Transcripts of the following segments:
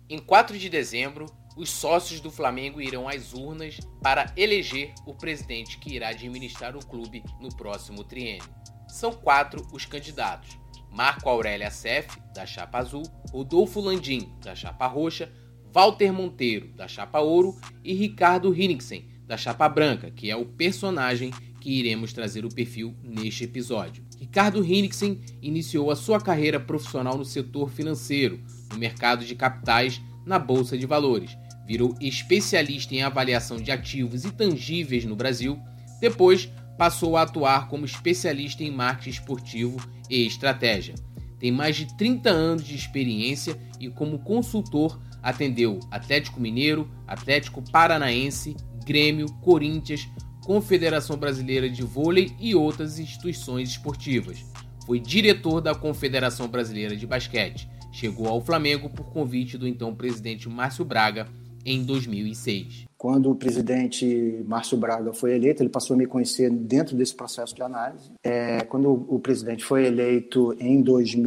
Em 4 de dezembro, os sócios do Flamengo irão às urnas para eleger o presidente que irá administrar o clube no próximo triênio. São 4 os candidatos: Marco Aurélio Assef, da chapa azul, Rodolfo Landim, da chapa roxa, Walter Monteiro, da chapa ouro e Ricardo Henningsen, da chapa branca, que é o personagem que iremos trazer o perfil neste episódio. Ricardo Henningsen iniciou a sua carreira profissional no setor financeiro, no mercado de capitais, na Bolsa de Valores. Virou especialista em avaliação de ativos e tangíveis no Brasil. Depois, passou a atuar como especialista em marketing esportivo e estratégia. Tem mais de 30 anos de experiência e, como consultor, atendeu Atlético Mineiro, Atlético Paranaense, Grêmio, Corinthians, Confederação Brasileira de Vôlei e outras instituições esportivas. Foi diretor da Confederação Brasileira de Basquete. Chegou ao Flamengo por convite do então presidente Márcio Braga em 2006. Quando o presidente Márcio Braga foi eleito, ele passou a me conhecer dentro desse processo de análise. Quando o presidente foi eleito em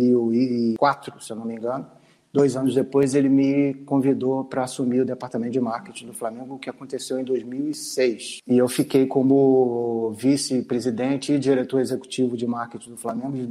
2004, se eu não me engano, 2 anos depois ele me convidou para assumir o departamento de marketing do Flamengo, o que aconteceu em 2006. E eu fiquei como vice-presidente e diretor executivo de marketing do Flamengo de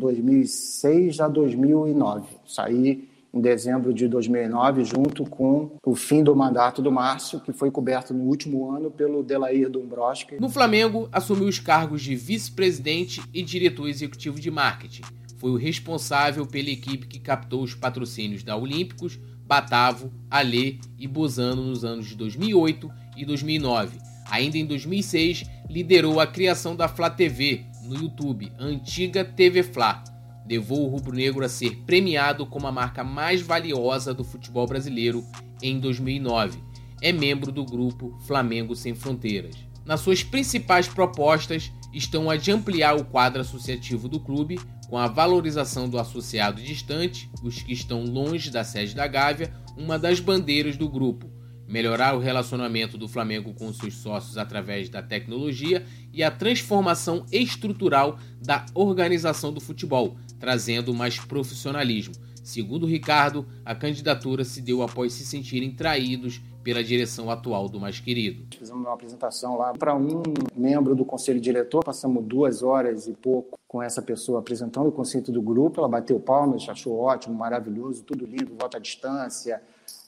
2006 a 2009. Saí em dezembro de 2009, junto com o fim do mandato do Márcio, que foi coberto no último ano pelo Delair Dombrowski. No Flamengo, assumiu os cargos de vice-presidente e diretor executivo de marketing. Foi o responsável pela equipe que captou os patrocínios da Olímpicos, Batavo, Alê e Bozano nos anos de 2008 e 2009. Ainda em 2006, liderou a criação da Flá TV no YouTube, a antiga TV Flá. Levou o rubro-negro a ser premiado como a marca mais valiosa do futebol brasileiro em 2009. É membro do grupo Flamengo Sem Fronteiras. Nas suas principais propostas estão a de ampliar o quadro associativo do clube, com a valorização do associado distante, os que estão longe da sede da Gávea, uma das bandeiras do grupo, melhorar o relacionamento do Flamengo com seus sócios através da tecnologia e a transformação estrutural da organização do futebol, trazendo mais profissionalismo. Segundo Ricardo, a candidatura se deu após se sentirem traídos pela direção atual do mais querido. Fizemos uma apresentação lá para um membro do conselho diretor, passamos 2 horas e pouco com essa pessoa apresentando o conceito do grupo, ela bateu palmas, achou ótimo, maravilhoso, tudo lindo, voto à distância,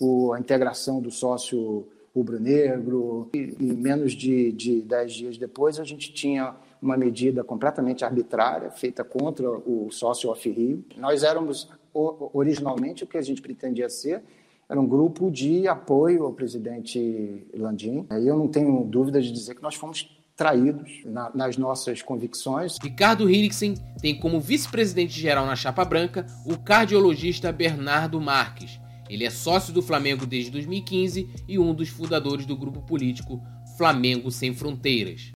a integração do sócio rubro-negro, e menos de 10 dias depois a gente tinha uma medida completamente arbitrária, feita contra o sócio off-Rio. Nós éramos, originalmente, o que a gente pretendia ser, era um grupo de apoio ao presidente Landim. E eu não tenho dúvida de dizer que nós fomos traídos nas nossas convicções. Ricardo Henningsen tem como vice-presidente geral na chapa branca o cardiologista Bernardo Marques. Ele é sócio do Flamengo desde 2015 e um dos fundadores do grupo político Flamengo Sem Fronteiras.